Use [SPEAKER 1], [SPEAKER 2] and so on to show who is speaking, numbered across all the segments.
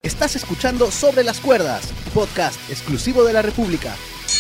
[SPEAKER 1] Estás escuchando Sobre las Cuerdas, podcast exclusivo de La República.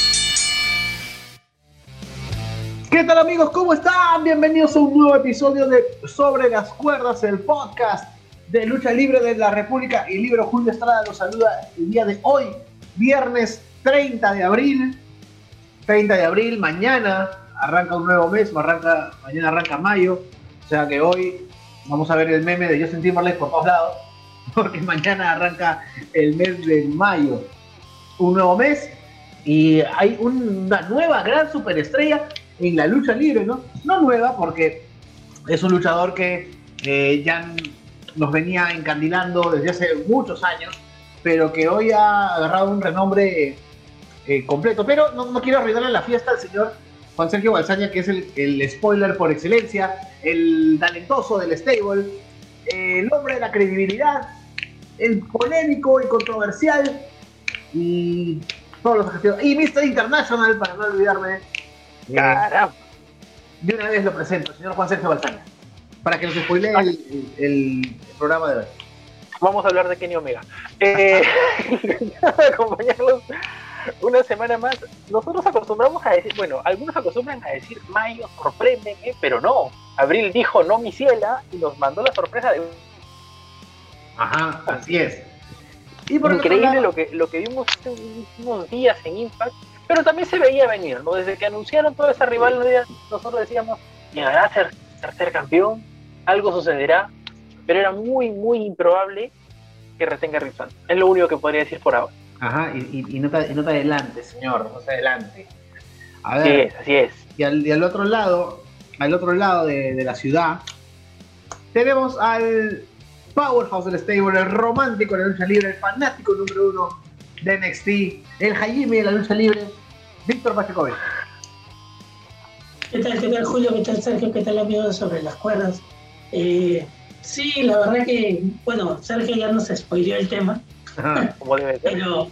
[SPEAKER 1] ¿Qué tal, amigos? ¿Cómo están? Bienvenidos a un nuevo episodio de Sobre las Cuerdas, el podcast de lucha libre de La República. Y Libro Julio Estrada los saluda el día de hoy, viernes 30 de abril. 30 de abril, mañana arranca un nuevo mes, mañana arranca mayo. O sea que hoy vamos a ver el meme de Justin Timberlake por todos lados, porque mañana arranca el mes de mayo, un nuevo mes, y hay una nueva gran superestrella en la lucha libre, ¿no? No nueva, porque es un luchador que ya nos venía encandilando desde hace muchos años, pero que hoy ha agarrado un renombre completo. Pero no quiero arruinarle la fiesta al señor Juan Sergio Balsaña, que es el spoiler por excelencia, el talentoso del stable, el hombre de la credibilidad, el polémico y controversial, y todos los adjetivos, y Mr. International, para no olvidarme.
[SPEAKER 2] Caramba.
[SPEAKER 1] De una vez lo presento, el señor Juan Sergio Balsaña, para que nos spoilee el programa de hoy.
[SPEAKER 2] Vamos a hablar de Kenny Omega. Acompañarlos una semana más. Nosotros acostumbramos a decir, bueno, algunos acostumbran a decir mayo, sorpréndeme, pero no. Abril dijo no, mi ciela, y nos mandó la sorpresa de...
[SPEAKER 1] Ajá, así es. Y por
[SPEAKER 2] increíble lo que vimos hace unos días en Impact, pero también se veía venir, ¿no? Desde que anunciaron toda esa rivalidad, nosotros decíamos, llegará a ser tercer campeón, algo sucederá, pero era muy, muy improbable que retenga a Rich Swann. Es lo único que podría decir por ahora.
[SPEAKER 1] Ajá, y no te adelante, señor, no te adelante. A ver,
[SPEAKER 2] así es.
[SPEAKER 1] Y al otro lado de la ciudad, tenemos al Powerhouse del stable, el romántico de la lucha libre, el fanático número uno de NXT, el Jaime de la lucha libre, Víctor Pacheco.
[SPEAKER 3] ¿Qué tal, Julio? ¿Qué tal, Sergio? ¿Qué tal, amigos Sobre las Cuerdas? Sí, la verdad que, bueno, Sergio ya nos spoileó el tema.
[SPEAKER 2] Como debe ser.
[SPEAKER 3] Pero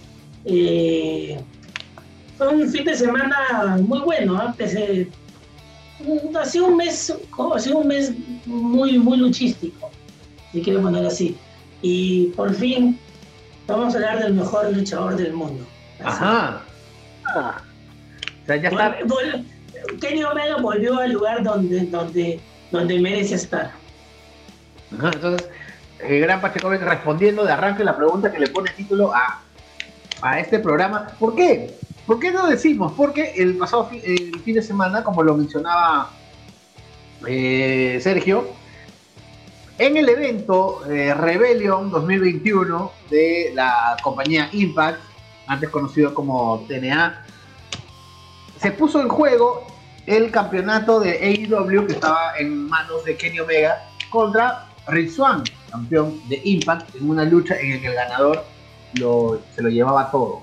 [SPEAKER 3] fue un fin de semana muy bueno, ¿eh? Ha sido un mes muy, muy luchístico, si quiero ponerlo así. Y por fin vamos a hablar del mejor luchador del mundo. Así.
[SPEAKER 1] Ajá. O sea, ya está.
[SPEAKER 3] Kenny Omega volvió al lugar donde merece estar.
[SPEAKER 1] Ajá, entonces, gran Pacheco respondiendo de arranque la pregunta que le pone título a este programa. ¿Por qué? ¿Por qué no decimos? Porque el pasado fin de semana, como lo mencionaba Sergio, en el evento Rebellion 2021 de la compañía Impact, antes conocido como TNA, se puso en juego el campeonato de AEW que estaba en manos de Kenny Omega contra Rich Swann, campeón de Impact, en una lucha en la que el ganador se lo llevaba todo.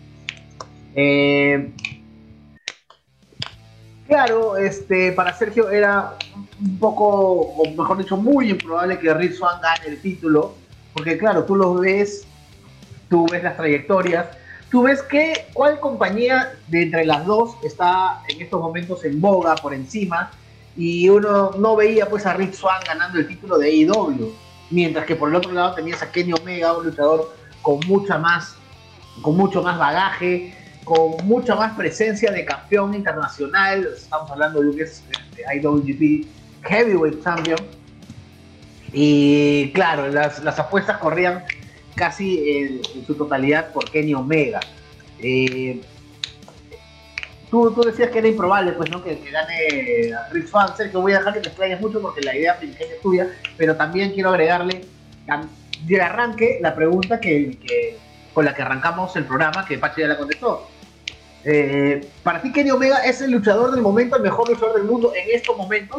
[SPEAKER 1] Claro, para Sergio era un poco, o mejor dicho, muy improbable que Rich Swann gane el título, porque claro, tú ves las trayectorias, tú ves cuál compañía de entre las dos está en estos momentos en boga, por encima, y uno no veía pues a Rich Swann ganando el título de AEW, mientras que por el otro lado tenías a Kenny Omega, un luchador con mucho más bagaje, con mucha más presencia de campeón internacional. Estamos hablando de un IWGP Heavyweight Champion, y claro, las apuestas corrían casi en su totalidad por Kenny Omega. Tú decías que era improbable, pues, ¿no? Que gane Rich Swann. Sergio, voy a dejar que te explayes mucho porque la idea primigenia es tuya, pero también quiero agregarle de arranque la pregunta con la que arrancamos el programa, que Pachi ya la contestó. ¿Para ti Kenny Omega es el luchador del momento, el mejor luchador del mundo en estos momentos?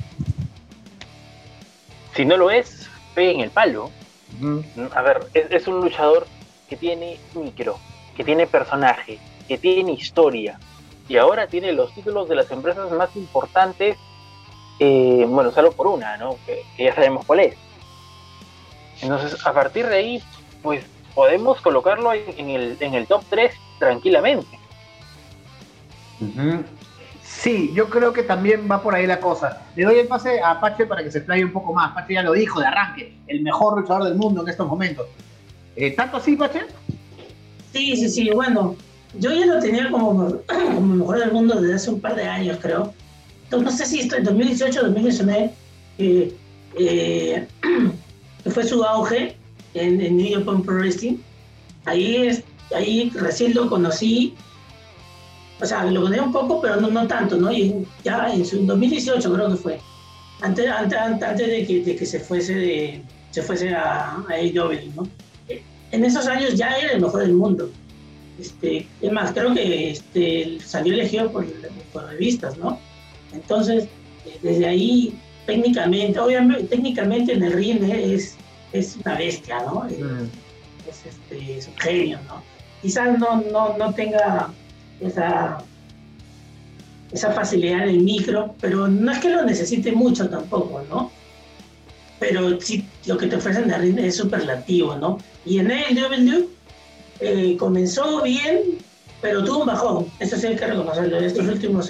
[SPEAKER 2] Si no lo es, pegue en el palo.
[SPEAKER 1] Uh-huh.
[SPEAKER 2] A ver, es un luchador que tiene micro, que tiene personaje, que tiene historia, y ahora tiene los títulos de las empresas más importantes, bueno, solo por una, ¿no? Que ya sabemos cuál es. Entonces, a partir de ahí, pues podemos colocarlo en el top 3 tranquilamente.
[SPEAKER 1] Uh-huh. Sí, yo creo que también va por ahí la cosa. Le doy el pase a Pache para que se explaye un poco más. Pache ya lo dijo de arranque, el mejor luchador del mundo en estos momentos. ¿Tanto así, Pache?
[SPEAKER 3] Sí, bueno, yo ya lo tenía como mejor del mundo desde hace un par de años, creo. Entonces, no sé si esto en 2018 o 2019, que fue su auge en New Japan Pro Wrestling. Ahí recién lo conocí, o sea, lo conocí un poco, pero no tanto, ¿no? Y ya en 2018 creo que fue, antes de que se fuese a AEW, ¿no? En esos años ya era el mejor del mundo. Es más, creo que salió elegido por revistas, ¿no? Entonces, desde ahí, técnicamente en el ring es una bestia, ¿no? Es un genio, ¿no? Quizás no tenga esa facilidad en el micro, pero no es que lo necesite mucho tampoco, ¿no? Pero sí, lo que te ofrecen en el ring es superlativo, ¿no? Y en AEW comenzó bien, pero tuvo un bajón, eso sí hay que reconocerlo. Estos últimos,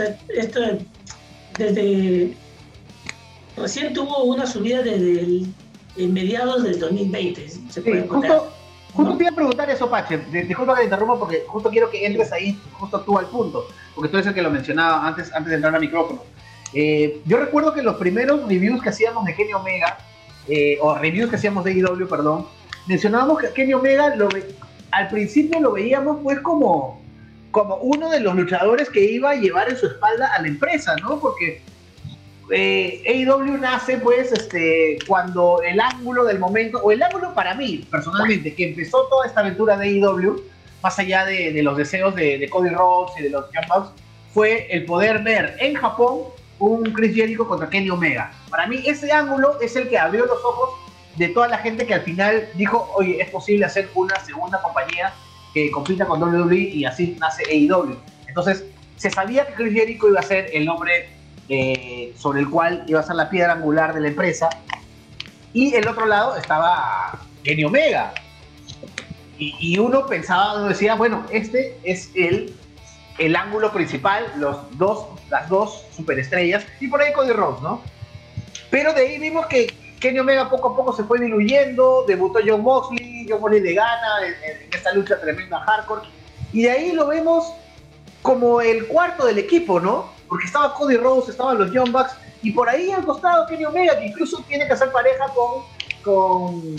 [SPEAKER 3] desde recién tuvo una subida desde mediados del 2020, se puede encontrar.
[SPEAKER 1] Justo te iba a preguntar eso, Pache. Disculpa que te interrumpa porque justo quiero que entres ahí, justo tú al punto, porque tú eres el que lo mencionaba antes de entrar al micrófono. Yo recuerdo que los primeros reviews que hacíamos de Kenny Omega, o reviews que hacíamos de AEW, perdón, mencionábamos que Kenny Omega al principio lo veíamos pues como uno de los luchadores que iba a llevar en su espalda a la empresa, ¿no? Porque AEW nace pues cuando el ángulo del momento, o el ángulo para mí personalmente, que empezó toda esta aventura de AEW, más allá de los deseos de Cody Rhodes y de los Young Bucks, fue el poder ver en Japón un Chris Jericho contra Kenny Omega. Para mí ese ángulo es el que abrió los ojos de toda la gente que al final dijo, oye, es posible hacer una segunda compañía que compita con WWE, y así nace AEW. Entonces se sabía que Chris Jericho iba a ser el nombre sobre el cual iba a ser la piedra angular de la empresa, y el otro lado estaba Kenny Omega, y uno decía, bueno, este es el ángulo principal, las dos superestrellas, y por ahí Cody Rhodes, ¿no? Pero de ahí vimos que Kenny Omega poco a poco se fue diluyendo, debutó Jon Moxley le gana en esta lucha tremenda hardcore, y de ahí lo vemos como el cuarto del equipo, ¿no? Porque estaba Cody Rhodes, estaban los Young Bucks, y por ahí al costado Kenny Omega, que incluso tiene que hacer pareja con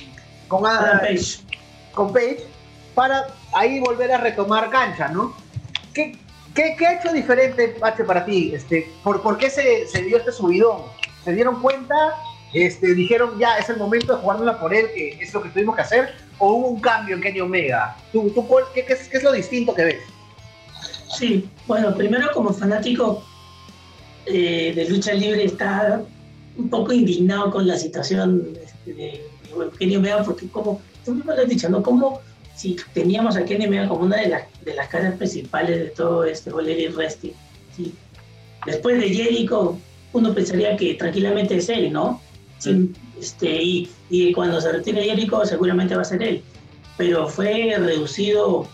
[SPEAKER 1] Paige, para ahí volver a retomar cancha, ¿no? ¿Qué ha hecho diferente, Pache, para ti? ¿Por qué se dio este subidón? ¿Se dieron cuenta? Dijeron, ya, es el momento de jugárnosla por él, que es lo que tuvimos que hacer, o hubo un cambio en Kenny Omega? ¿Qué es lo distinto que ves?
[SPEAKER 3] Sí, bueno, primero como fanático de lucha libre está un poco indignado con la situación de Kenny Omega, porque como tú mismo lo has dicho, ¿no? Como si teníamos a Kenny Omega como una de las caras principales de todo All Elite Wrestling, ¿sí? Después de Jericho, uno pensaría que tranquilamente es él, ¿no? Sí, y cuando se retire Jericho seguramente va a ser él, pero fue reducido,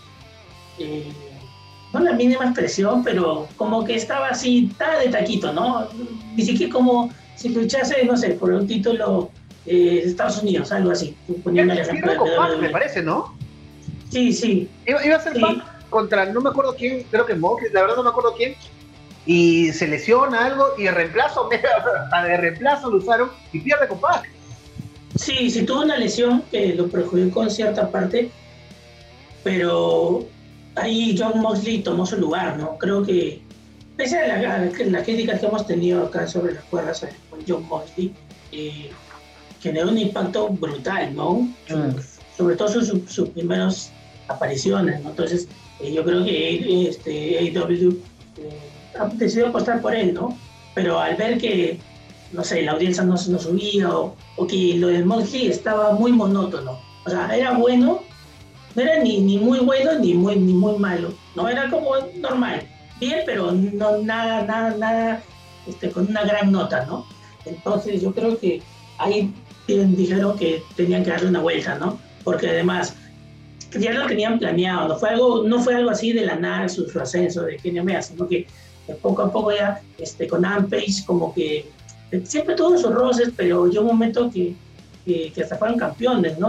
[SPEAKER 3] no la mínima expresión, pero como que estaba de taquito, ¿no? Ni siquiera como si luchase, no sé, por un título de Estados Unidos, algo así, poniendo el ejemplo de
[SPEAKER 1] WWE. Me parece, ¿no?
[SPEAKER 3] Sí.
[SPEAKER 1] Iba a ser Pac contra, no me acuerdo quién, creo que Moxley, la verdad no me acuerdo quién, y se lesiona algo, y de reemplazo lo usaron, y pierde con Pac.
[SPEAKER 3] Sí, tuvo una lesión que lo perjudicó en cierta parte, pero ahí Jon Moxley tomó su lugar, ¿no? Creo que, pese a las críticas que hemos tenido acá sobre las cuerdas con Jon Moxley, generó un impacto brutal, ¿no? Sobre todo sus primeras apariciones, ¿no? Entonces, yo creo que AEW ha decidido apostar por él, ¿no? Pero al ver que, no sé, la audiencia no subía, o que lo de Moxley estaba muy monótono, o sea, era bueno, no era ni muy bueno ni muy malo, no, era como normal, bien, pero no nada con una gran nota, ¿no? Entonces yo creo que ahí dijeron que tenían que darle una vuelta, ¿no? Porque además ya lo tenían planeado, no fue algo así de la nada su ascenso de Kenny Omega, sino que poco a poco ya con Rampage como que siempre tuvo sus roces, pero llegó un momento que hasta fueron campeones, ¿no?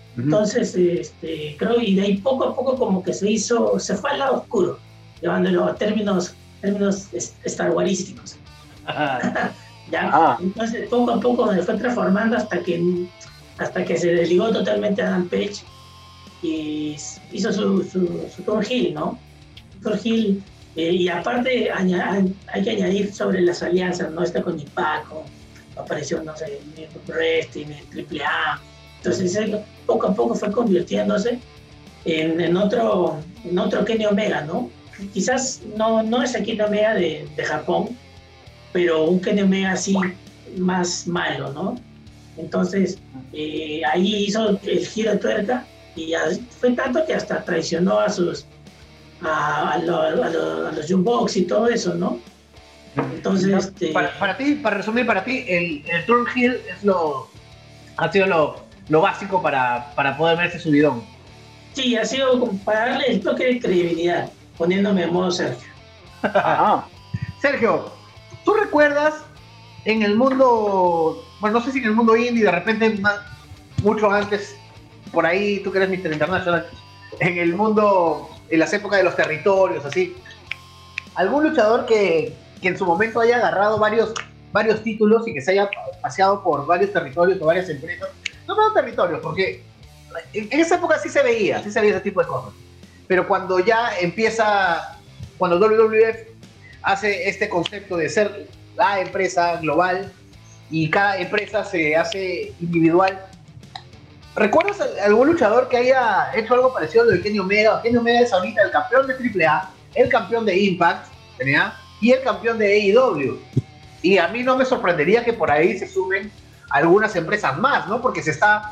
[SPEAKER 3] Entonces, creo, y de ahí poco a poco como que se fue al lado oscuro, llevándolo a términos Star Warísticos. ¿Ya? Entonces, poco a poco se fue transformando hasta que se desligó totalmente Adam Page y hizo su Turn Heel, ¿no? Turn Heel, y aparte hay que añadir sobre las alianzas, ¿no? Está con Impact, apareció, no sé, en Wrestling, en AAA. Entonces, él poco a poco fue convirtiéndose en otro Kenny Omega, ¿no? Quizás no es el Kenny Omega de Japón, pero un Kenny Omega así más malo, ¿no? Entonces, ahí hizo el giro de tuerca y fue tanto que hasta traicionó a los Young Bucks y todo eso, ¿no? Entonces,
[SPEAKER 1] para resumir, para ti, el Turn Heel ha sido lo básico para poder ver ese subidón.
[SPEAKER 3] Sí, ha sido como para darle el toque de credibilidad, poniéndome en modo Sergio.
[SPEAKER 1] Sergio, ¿tú recuerdas en el mundo, bueno, no sé si en el mundo indie, de repente mucho antes, por ahí, tú que eres Mr. International, en el mundo, en las épocas de los territorios, así, algún luchador que en su momento haya agarrado varios títulos y que se haya paseado por varios territorios o varias empresas? No territorios, porque en esa época sí se veía ese tipo de cosas. Pero cuando cuando WWF hace este concepto de ser la empresa global y cada empresa se hace individual, ¿recuerdas algún luchador que haya hecho algo parecido a lo de Kenny Omega? Kenny Omega es ahorita el campeón de AAA, el campeón de Impact, ¿tenía? Y el campeón de AEW. Y a mí no me sorprendería que por ahí se sumen algunas empresas más, ¿no? Porque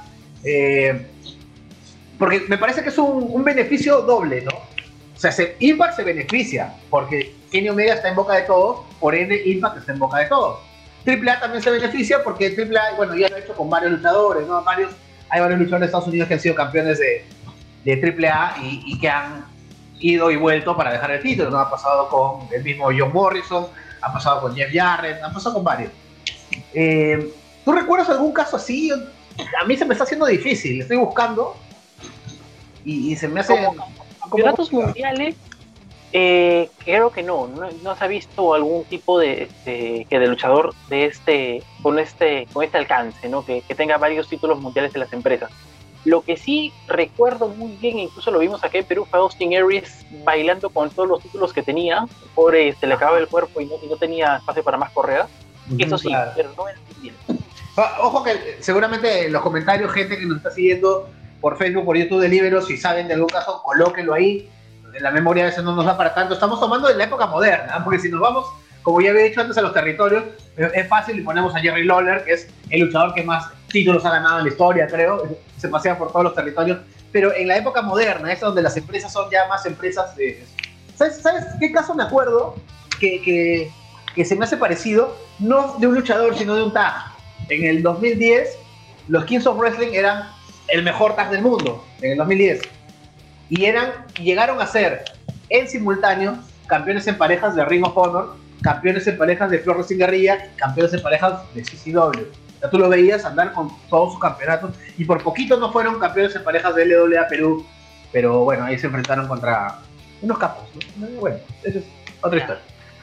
[SPEAKER 1] porque me parece que es un beneficio doble, ¿no? O sea, Impact se beneficia porque Kenny Omega está en boca de todos, por ende Impact está en boca de todos. AAA también se beneficia porque AAA, bueno, ya lo ha hecho con varios luchadores, ¿no? Hay varios luchadores de Estados Unidos que han sido campeones de AAA y que han ido y vuelto para dejar el título, ¿no? Ha pasado con el mismo John Morrison, ha pasado con Jeff Jarrett, ha pasado con varios. ¿Tú recuerdas algún caso así? A mí se me está haciendo difícil, estoy buscando y se me hace...
[SPEAKER 2] Campeonatos mundiales, creo que no se ha visto algún tipo de luchador con este alcance, ¿no? Que tenga varios títulos mundiales de las empresas. Lo que sí recuerdo muy bien, incluso lo vimos aquí en Perú, fue Austin Aries bailando con todos los títulos que tenía. Pobre, le acababa el cuerpo y no tenía espacio para más correas. Eso sí, claro. Pero no era bien.
[SPEAKER 1] Ojo que seguramente en los comentarios, gente que nos está siguiendo por Facebook, por YouTube de Libero, si saben de algún caso, colóquenlo ahí. La memoria a veces no nos da para tanto. Estamos tomando de la época moderna, porque si nos vamos, como ya había dicho antes, a los territorios, es fácil y ponemos a Jerry Lawler, que es el luchador que más títulos ha ganado en la historia, creo. Se pasea por todos los territorios. Pero en la época moderna, es donde las empresas son ya más empresas de... ¿Sabes qué caso me acuerdo? Que se me hace parecido, no de un luchador, sino de un tag. En el 2010, los Kings of Wrestling eran el mejor tag del mundo, en el 2010. Y llegaron a ser, en simultáneo, campeones en parejas de Ring of Honor, campeones en parejas de Pro Wrestling Guerrilla, campeones en parejas de CCW. Ya tú lo veías andar con todos sus campeonatos, y por poquito no fueron campeones en parejas de LWA Perú, pero bueno, ahí se enfrentaron contra unos capos, ¿no? Bueno, esa es otra historia.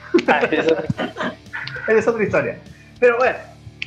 [SPEAKER 1] Esa es otra historia. Pero bueno,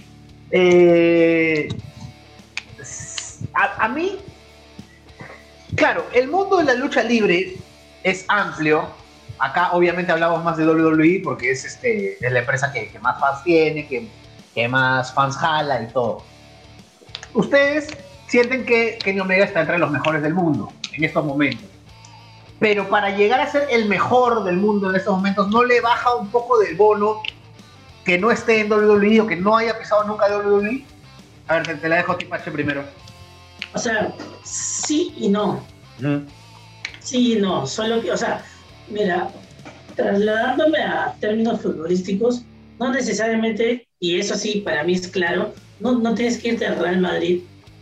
[SPEAKER 1] a mí, claro, el mundo de la lucha libre es amplio. Acá obviamente hablamos más de WWE porque es la empresa que más fans tiene, que más fans jala y todo. Ustedes sienten que Kenny Omega está entre los mejores del mundo en estos momentos. Pero para llegar a ser el mejor del mundo en estos momentos, ¿no le baja un poco del bono que no esté en WWE o que no haya pisado nunca WWE? A ver, te la dejo a ti, Pache, primero.
[SPEAKER 3] O sea, sí y no. Sí y no. Solo que, o sea, mira, trasladándome a términos futbolísticos, no necesariamente, y eso sí, para mí es claro, no tienes que irte al Real Madrid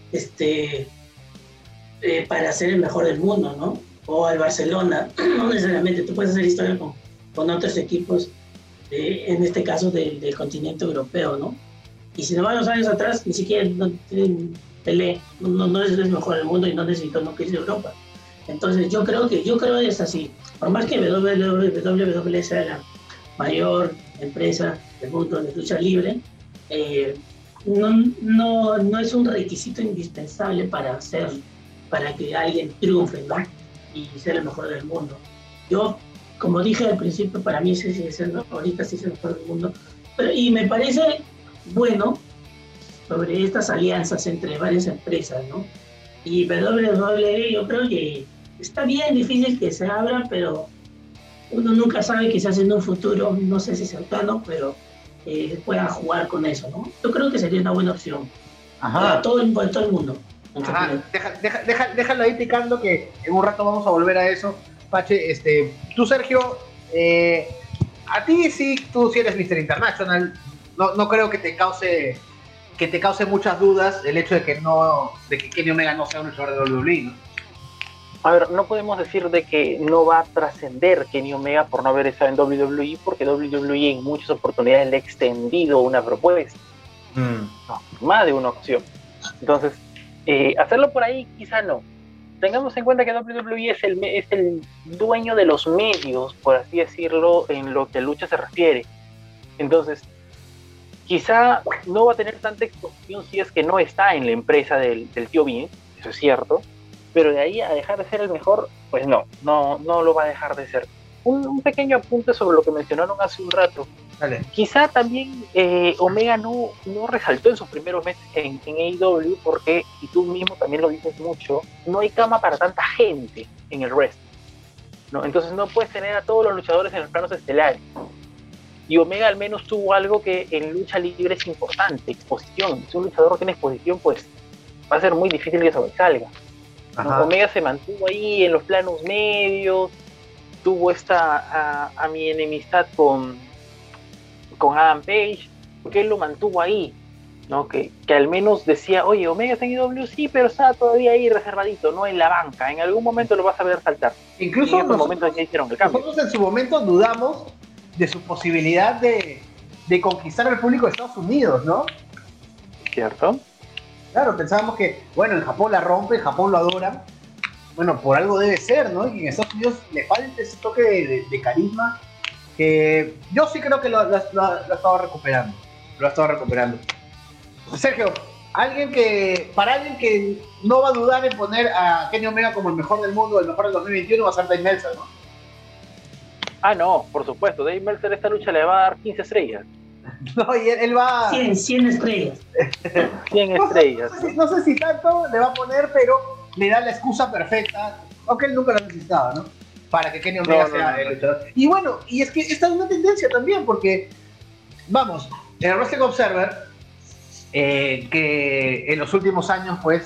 [SPEAKER 3] para ser el mejor del mundo, ¿no? O al Barcelona, no necesariamente. Tú puedes hacer historia con otros equipos, en este caso del continente europeo, ¿no? Y si nos vamos años atrás, ni siquiera Pelé, no es el mejor del mundo y no necesitó no irse a Europa. Entonces yo creo que es así. Por más que WWE sea la mayor empresa del mundo de lucha libre, no es un requisito indispensable para que alguien triunfe, ¿no? Y ser el mejor del mundo. Yo, como dije al principio, para mí ahorita sí es el mejor del mundo. Y me parece bueno sobre estas alianzas entre varias empresas, ¿no? Y WWE, yo creo que está bien difícil que se abra, pero uno nunca sabe, quizás en un futuro, no sé si cercano, pero puedan jugar con eso, ¿no? Yo creo que sería una buena opción.
[SPEAKER 1] Ajá.
[SPEAKER 3] Para todo el mundo.
[SPEAKER 1] Ajá. Déjalo ahí picando, que en un rato vamos a volver a eso. Pache, tú, Sergio, a ti sí, tú sí eres Mr. International. No creo que te cause muchas dudas el hecho de que Kenny Omega no sea un luchador de WWE, ¿no?
[SPEAKER 2] A ver, no podemos decir de que no va a trascender Kenny Omega por no haber estado en WWE, porque WWE en muchas oportunidades le ha extendido una propuesta. No, más de una opción. Entonces, hacerlo por ahí quizá no. Tengamos en cuenta que WWE es el dueño de los medios, por así decirlo, en lo que a lucha se refiere. Entonces, quizá no va a tener tanta exposición si es que no está en la empresa del tío Vince, eso es cierto, pero de ahí a dejar de ser el mejor, pues no lo va a dejar de ser. Un pequeño apunte sobre lo que mencionaron hace un rato.
[SPEAKER 1] Dale.
[SPEAKER 2] Quizá también Omega no resaltó en sus primeros meses en AEW porque, y tú mismo también lo dices mucho, no hay cama para tanta gente en el wrestling, ¿no? Entonces no puedes tener a todos los luchadores en los planos estelares. Y Omega al menos tuvo algo que en lucha libre es importante, exposición. Si un luchador tiene exposición, pues va a ser muy difícil que sobresalga, ¿no? Omega se mantuvo ahí en los planos medios, tuvo esta a mi enemistad con Adam Page, que él lo mantuvo ahí, ¿no? Que al menos decía, oye, Omega está en IW, sí, pero está todavía ahí reservadito, no en la banca, en algún momento lo vas a ver saltar.
[SPEAKER 1] Incluso
[SPEAKER 2] en momento ya hicieron el cambio.
[SPEAKER 1] Nosotros en su momento dudamos de su posibilidad de conquistar al público de Estados Unidos, ¿no?
[SPEAKER 2] ¿Cierto?
[SPEAKER 1] Claro, pensábamos que, bueno, en Japón la rompe, en Japón lo adoran, bueno, por algo debe ser, ¿no? Y en Estados Unidos le falta ese toque de carisma, que yo sí creo que lo ha estado recuperando. Sergio, para alguien que no va a dudar en poner a Kenny Omega como el mejor del mundo, el mejor del 2021, va a ser Dave Meltzer, ¿no?
[SPEAKER 2] Ah, no, por supuesto. Dave Meltzer esta lucha le va a dar 15 estrellas.
[SPEAKER 1] No, y él va...
[SPEAKER 3] 100 estrellas.
[SPEAKER 2] 100 estrellas.
[SPEAKER 1] No sé si tanto le va a poner, pero le da la excusa perfecta, aunque él nunca lo necesitaba, ¿no? Para que Kenny Omega sea el luchador. Y bueno, y es que esta es una tendencia también, porque, vamos, en el Wrestling Observer, que en los últimos años, pues,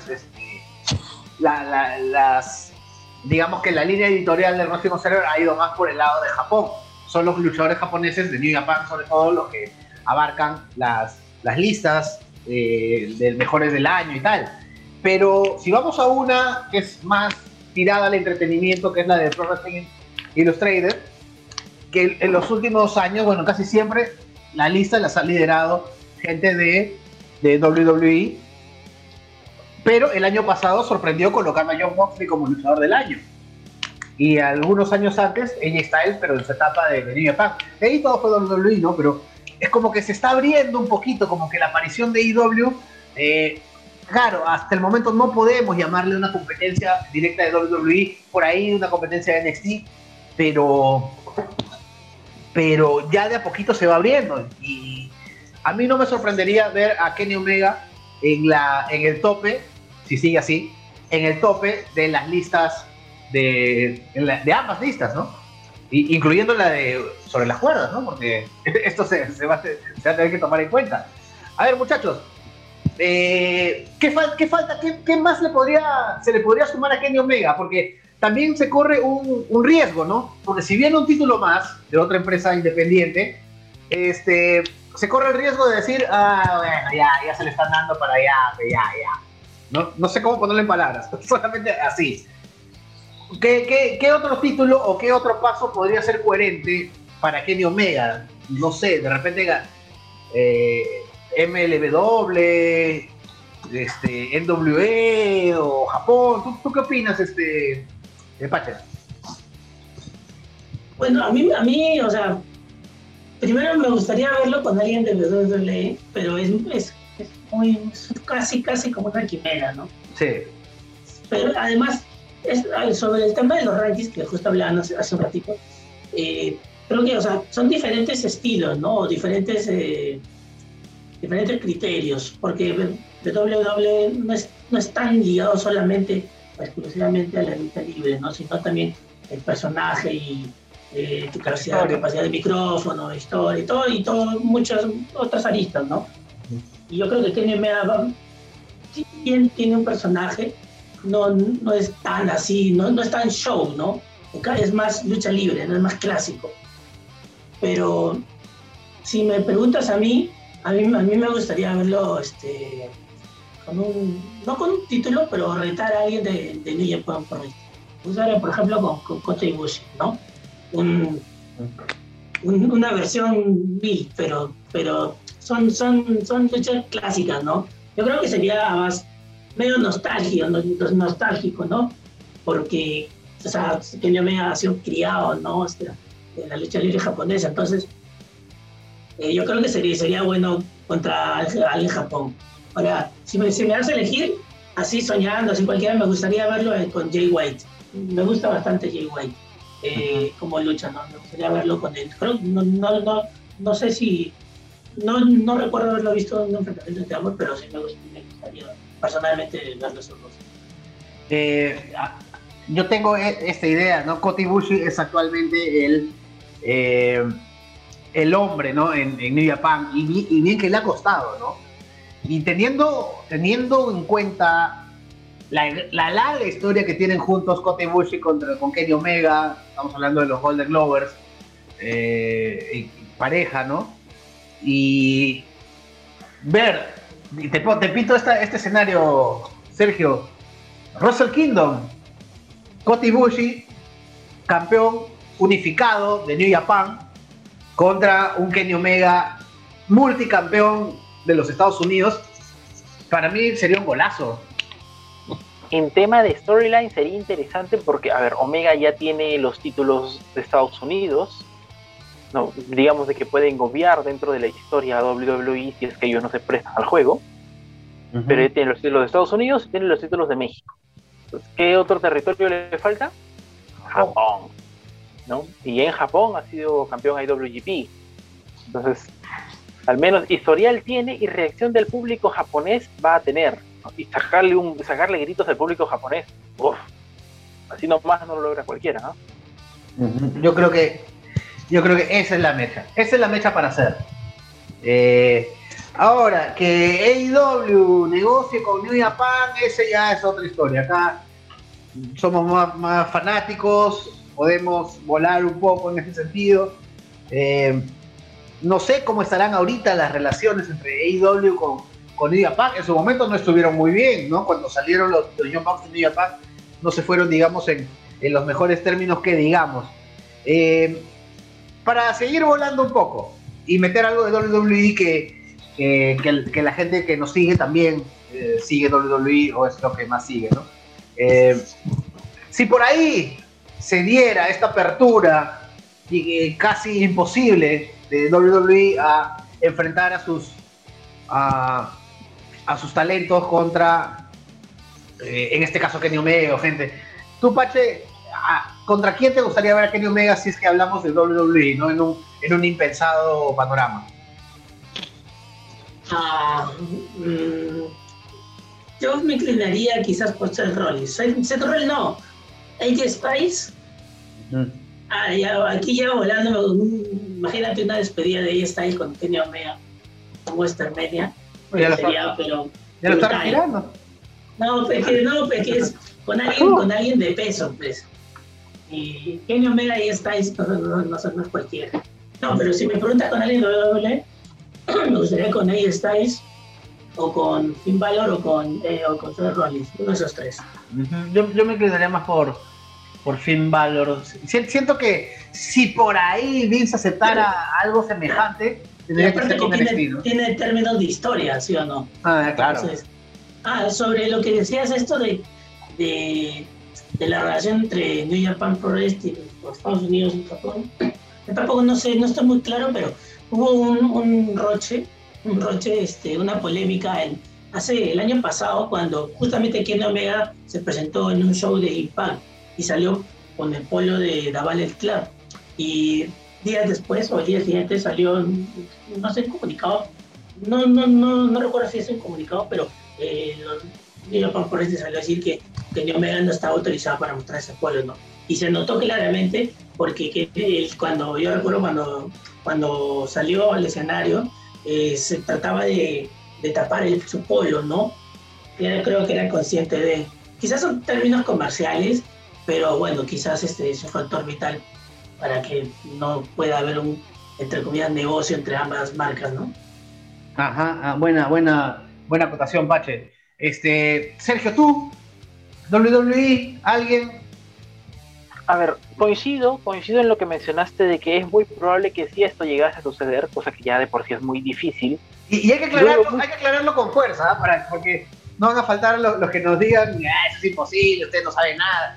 [SPEAKER 1] digamos que la línea editorial del Wrestling Observer ha ido más por el lado de Japón. Son los luchadores japoneses de New Japan, sobre todo, los que abarcan las listas de mejores del año y tal. Pero si vamos a una que es más tirada al entretenimiento, que es la de Pro Wrestling Illustrated, que en los últimos años, bueno, casi siempre la lista las ha liderado gente de WWE, pero el año pasado sorprendió colocando a Jon Moxley como luchador del año. Y algunos años antes, AJ Styles, pero en su etapa de New Japan. De ahí todo fue WWE, ¿no? Pero es como que se está abriendo un poquito, como que la aparición de AEW, claro, hasta el momento no podemos llamarle una competencia directa de WWE, por ahí una competencia de NXT, pero ya de a poquito se va abriendo. Y a mí no me sorprendería ver a Kenny Omega en el tope, si sigue así, en el tope de las listas, de ambas listas, ¿no? Incluyendo la de sobre las cuerdas, ¿no? Porque esto se va a tener que tomar en cuenta. A ver, muchachos, ¿qué falta? ¿Qué más se le podría sumar a Kenny Omega? Porque también se corre un riesgo, ¿no? Porque si viene un título más de otra empresa independiente, se corre el riesgo de decir, bueno, ya se le están dando para allá, ya. No sé cómo ponerlo en palabras, solamente así. ¿Qué otro título o qué otro paso podría ser coherente para Kenny Omega? No sé, de repente MLW, NWE o Japón. ¿Tú qué opinas, Pache?
[SPEAKER 3] Bueno, a mí, o sea, primero me gustaría verlo con alguien de WWE, pero es casi como una quimera, ¿no?
[SPEAKER 1] Sí.
[SPEAKER 3] Pero además, sobre el tema de los rankings, que justo hablaban hace un ratito, creo que, o sea, son diferentes estilos, ¿no? Diferentes criterios, porque WWE no es tan ligado solamente, exclusivamente a la lucha libre, ¿no? Sino también el personaje y tu capacidad de micrófono, historia, y todo, muchas otras aristas, ¿no? Y yo creo que Kenny Omega, si bien tiene un personaje, no es tan así, no es tan show, ¿no? Es más lucha libre, no es más clásico. Pero si me preguntas a mí me gustaría verlo no con un título, pero retar a alguien de New Japan por ejemplo con Kota Ibushi, ¿no? Una versión mil, pero son luchas clásicas, ¿no? Yo creo que sería más medio nostálgico, ¿no? Porque, o sea, Kenny Omega ha sido criado, ¿no? De la lucha libre japonesa, entonces yo creo que sería bueno contra alguien en Japón. Ahora, si me das a elegir, así soñando, así cualquiera, me gustaría verlo con Jay White. Me gusta bastante Jay White como lucha, ¿no? Me gustaría verlo con él. Creo, no sé si... No recuerdo haberlo visto en un enfrentamiento de amor, pero sí me gustaría personalmente verlo esos dos.
[SPEAKER 1] Yo tengo esta idea, ¿no? Kota Ibushi es actualmente el hombre, ¿no? En New Japan, y bien que le ha costado, ¿no? Y teniendo en cuenta la larga historia que tienen juntos Kota Ibushi con Kenny Omega, estamos hablando de los Golden Glovers, pareja, ¿no? Y ver, te pinto este escenario, Sergio, Wrestle Kingdom, Kota Ibushi, campeón unificado de New Japan, contra un Kenny Omega multicampeón de los Estados Unidos. Para mí sería un golazo.
[SPEAKER 2] En tema de storyline sería interesante porque, a ver, Omega ya tiene los títulos de Estados Unidos, no, digamos de que pueden obviar dentro de la historia WWE si es que ellos no se prestan al juego, pero él tiene los títulos de Estados Unidos y tiene los títulos de México. Entonces, ¿qué otro territorio le falta? Japón, ¿no? Y en Japón ha sido campeón IWGP. Entonces, al menos historial tiene y reacción del público japonés va a tener, ¿no? Y sacarle gritos al público japonés, así nomás no lo logra cualquiera, ¿no?
[SPEAKER 1] Yo creo que esa es la mecha. Esa es la mecha para hacer. Ahora, que AEW negocie con New Japan, ese ya es otra historia. Acá somos más fanáticos, podemos volar un poco en ese sentido. No sé cómo estarán ahorita las relaciones entre AEW con New Japan. En su momento no estuvieron muy bien, ¿no? Cuando salieron los Young Bucks de New Japan, no se fueron, digamos, en los mejores términos que digamos. Para seguir volando un poco y meter algo de WWE que la gente que nos sigue también sigue WWE, o es lo que más sigue, ¿no? Si por ahí se diera esta apertura casi imposible de WWE a enfrentar a sus talentos contra, en este caso, Kenny Omega o gente. Tú, Pache, ¿contra quién te gustaría ver a Kenny Omega si es que hablamos de WWE, ¿no? En un impensado panorama?
[SPEAKER 3] Yo me inclinaría quizás por Seth Rollins. Seth Rollins no. AJ Styles. Aquí ya volando, imagínate una despedida de AJ Styles con Kenny Omega en WrestleMania.
[SPEAKER 1] ¿Ya lo está retirando?
[SPEAKER 3] No, porque es con alguien de peso, pues. Y Kenny Omega y Styles no son cualquiera. No, pero si me preguntas con alguien de WWE, me gustaría con AJ Styles, o con Finn Balor, o con Seth Rollins, uno de esos tres.
[SPEAKER 1] Yo me inclinaría más por Finn Balor. Siento que si por ahí Vince aceptara algo semejante, tendría que ser con el estilo.
[SPEAKER 3] Tiene términos de historia, ¿sí o no?
[SPEAKER 1] Claro.
[SPEAKER 3] Entonces, Sobre lo que decías esto de, de la relación entre New Japan Pro Wrestling y los Estados Unidos y Japón, yo tampoco no sé, no estoy muy claro, pero hubo un roche, una polémica el año pasado cuando justamente Kenny Omega se presentó en un show de Impact y salió con el polo de The Ballet Club. Y días después o el día siguiente salió, no sé, un comunicado, no recuerdo si es un comunicado, pero los New Japan Pro Wrestling salió a decir que Kenny Omega no estaba autorizado para mostrar ese polo, ¿no? Y se notó claramente porque yo recuerdo cuando salió al escenario, se trataba de tapar su polo, ¿no? Yo creo que era consciente de, quizás son términos comerciales, pero bueno, quizás es un factor vital para que no pueda haber un, entre comillas, negocio entre ambas marcas, ¿no?
[SPEAKER 1] Ajá, buena acotación, Pache. Sergio, tú, WWE, alguien.
[SPEAKER 2] A ver, coincido en lo que mencionaste de que es muy probable que si esto llegase a suceder, cosa que ya de por sí es muy difícil.
[SPEAKER 1] Y hay que aclararlo con fuerza, ¿eh? Porque no van a faltar los que nos digan, eso es imposible, ustedes no saben nada.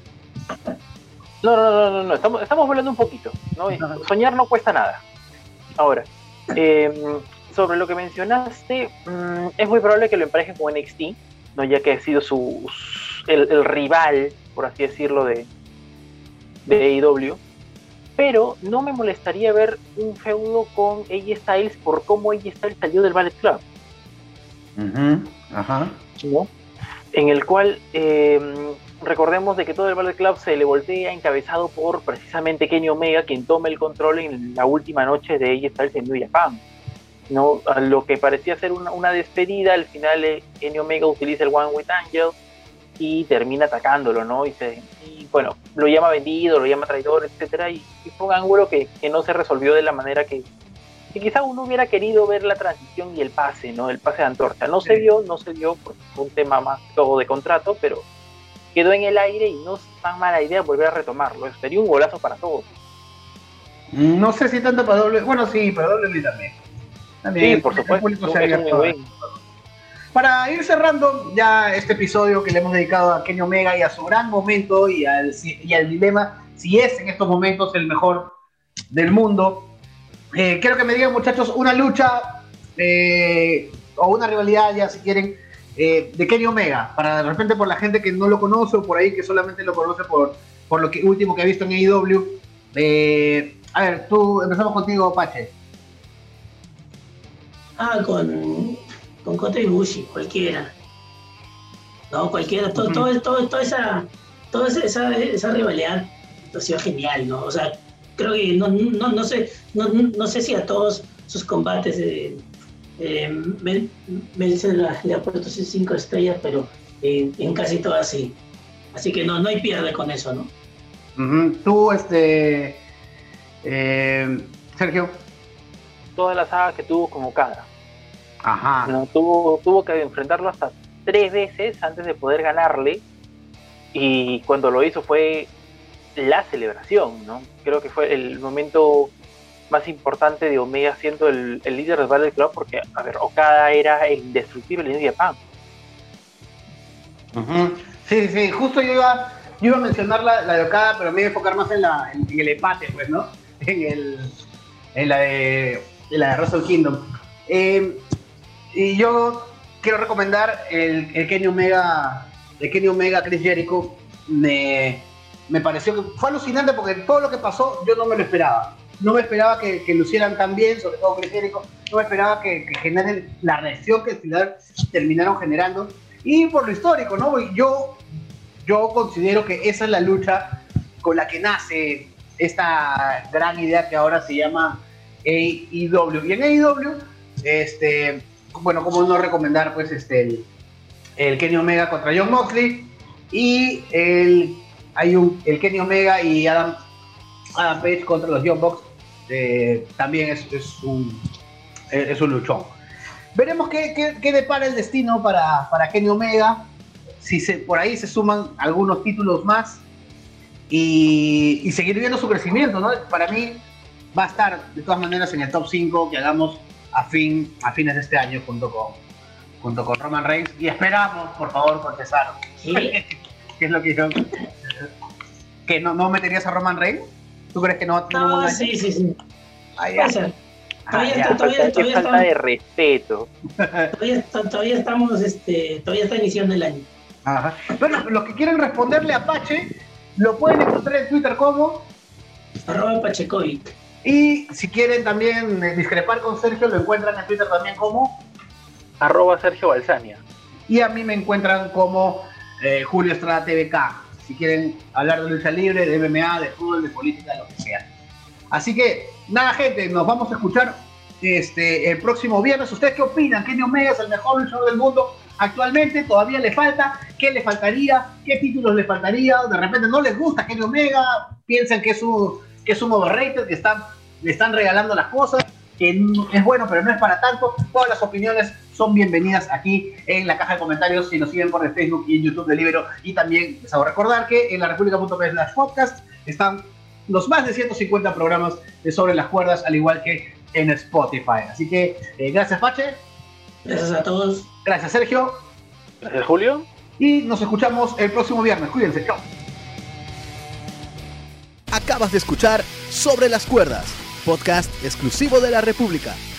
[SPEAKER 2] No, estamos volando un poquito, ¿no? Soñar no cuesta nada. Ahora, sobre lo que mencionaste, es muy probable que lo emparejen con NXT, ¿no? Ya que ha sido el rival, por así decirlo, de AEW, pero no me molestaría ver un feudo con AJ Styles por cómo AJ Styles salió del Ballet Club.
[SPEAKER 1] Ajá.
[SPEAKER 2] ¿No? En el cual recordemos de que todo el Ballet Club se le voltea encabezado por precisamente Kenny Omega, quien toma el control en la última noche de AJ Styles en New Japan, ¿no? A lo que parecía ser una despedida, al final Kenny Omega utiliza el One with Angel y termina atacándolo, ¿no? Y bueno, lo llama vendido, lo llama traidor, etcétera, y fue un ángulo que no se resolvió de la manera que quizá uno hubiera querido ver la transición y el pase, ¿no? El pase de antorcha. No se dio por un tema más todo de contrato, pero quedó en el aire y no es tan mala idea volver a retomarlo. Sería un golazo para todos.
[SPEAKER 1] No sé si tanto para WWE, bueno, sí, para WWE también.
[SPEAKER 2] Sí, por supuesto.
[SPEAKER 1] Para ir cerrando ya este episodio que le hemos dedicado a Kenny Omega y a su gran momento y al dilema si es en estos momentos el mejor del mundo, quiero que me digan, muchachos, una lucha o una rivalidad, ya si quieren, de Kenny Omega, para de repente por la gente que no lo conoce o por ahí que solamente lo conoce por lo último que ha visto en AEW. A ver, empezamos contigo, Pache.
[SPEAKER 3] Con Kota Ibushi, cualquiera. No, cualquiera. Toda esa rivalidad ha sido genial, ¿no? O sea, creo que no sé si a todos sus combates Meltzer le ha puesto 5 estrellas, pero en casi todas sí. Así que no hay pierde con eso, ¿no?
[SPEAKER 1] Tú, Sergio.
[SPEAKER 2] Toda la saga que tuvo con Okada.
[SPEAKER 1] Ajá.
[SPEAKER 2] ¿No? Tuvo que enfrentarlo hasta 3 veces antes de poder ganarle, y cuando lo hizo fue la celebración, ¿no? Creo que fue el momento más importante de Omega siendo el líder del Ballet Club, porque, a ver, Okada era el indestructible de New Japan.
[SPEAKER 1] Sí, justo yo iba a mencionar la de Okada, pero me iba a enfocar más en el empate, pues, ¿no? En la de Wrestle Kingdom. Y yo quiero recomendar el Kenny Omega, Chris Jericho. Me pareció que fue alucinante porque todo lo que pasó yo no me lo esperaba. No me esperaba que lucieran tan bien, sobre todo Chris Jericho. No me esperaba que generen la reacción que al final terminaron generando. Y por lo histórico, ¿no? Yo considero que esa es la lucha con la que nace esta gran idea que ahora se llama AEW. Y en AEW, bueno, cómo no recomendar pues el Kenny Omega contra Jon Moxley, y el Kenny Omega y Adam Page contra los Young Bucks. También es un luchón. Veremos qué depara el destino para Kenny Omega, si por ahí se suman algunos títulos más y seguir viendo su crecimiento, ¿no? Para mí va a estar de todas maneras en el top 5 que hagamos a fines de este año junto junto con Roman Reigns, y esperamos, por favor, con Cesaro.
[SPEAKER 3] ¿Sí?
[SPEAKER 1] ¿Qué es lo que yo... ¿Que no meterías a Roman Reigns? ¿Tú crees que no va a tener un buen
[SPEAKER 3] sí.
[SPEAKER 1] Ahí
[SPEAKER 3] Puede ser.
[SPEAKER 2] Qué falta de respeto.
[SPEAKER 3] Todavía está iniciando el año.
[SPEAKER 1] Ajá. Bueno, los que quieren responderle a Pache, lo pueden encontrar en Twitter como...
[SPEAKER 3] @Pachecovic.
[SPEAKER 1] Y si quieren también discrepar con Sergio, lo encuentran en Twitter también como...
[SPEAKER 2] @Sergio Balsania.
[SPEAKER 1] Y a mí me encuentran como Julio Estrada TVK. Si quieren hablar de lucha libre, de MMA, de fútbol, de política, de lo que sea. Así que, nada, gente, nos vamos a escuchar el próximo viernes. ¿Ustedes qué opinan? ¿Kenny Omega es el mejor luchador del mundo actualmente? ¿Todavía le falta? ¿Qué le faltaría? ¿Qué títulos le faltaría? De repente no les gusta Kenny Omega, piensan que es un overrated, que le están regalando las cosas, que es bueno pero no es para tanto. Todas las opiniones son bienvenidas aquí en la caja de comentarios si nos siguen por el Facebook y en YouTube de Libero. Y también les hago recordar que en larepublica.p/podcast están los más de 150 programas de Sobre las Cuerdas, al igual que en Spotify. Así que gracias, Pache.
[SPEAKER 3] Gracias a todos.
[SPEAKER 1] Gracias, Sergio.
[SPEAKER 2] Gracias, Julio.
[SPEAKER 1] Y nos escuchamos el próximo viernes. Cuídense. Chao.
[SPEAKER 4] Acabas de escuchar Sobre las Cuerdas, podcast exclusivo de La República.